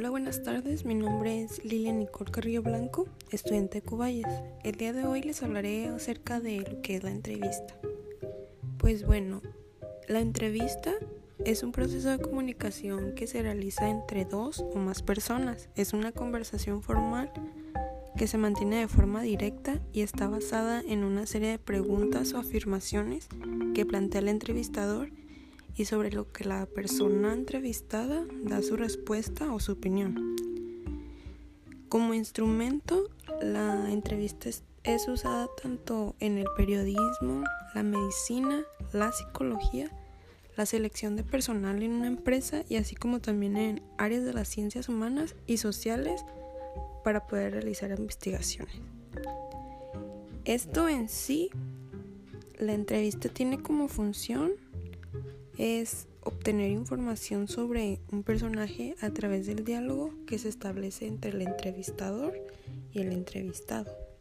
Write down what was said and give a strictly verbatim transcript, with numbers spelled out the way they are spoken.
Hola, buenas tardes. Mi nombre es Lilia Nicole Carrillo Blanco, estudiante de Cuballes. El día de hoy les hablaré acerca de lo que es la entrevista. Pues bueno, la entrevista es un proceso de comunicación que se realiza entre dos o más personas. Es una conversación formal que se mantiene de forma directa y está basada en una serie de preguntas o afirmaciones que plantea el entrevistador y sobre lo que la persona entrevistada da su respuesta o su opinión. Como instrumento, la entrevista es, es usada tanto en el periodismo, la medicina, la psicología, la selección de personal en una empresa y así como también en áreas de las ciencias humanas y sociales para poder realizar investigaciones. Esto en sí, la entrevista tiene como función es obtener información sobre un personaje a través del diálogo que se establece entre el entrevistador y el entrevistado.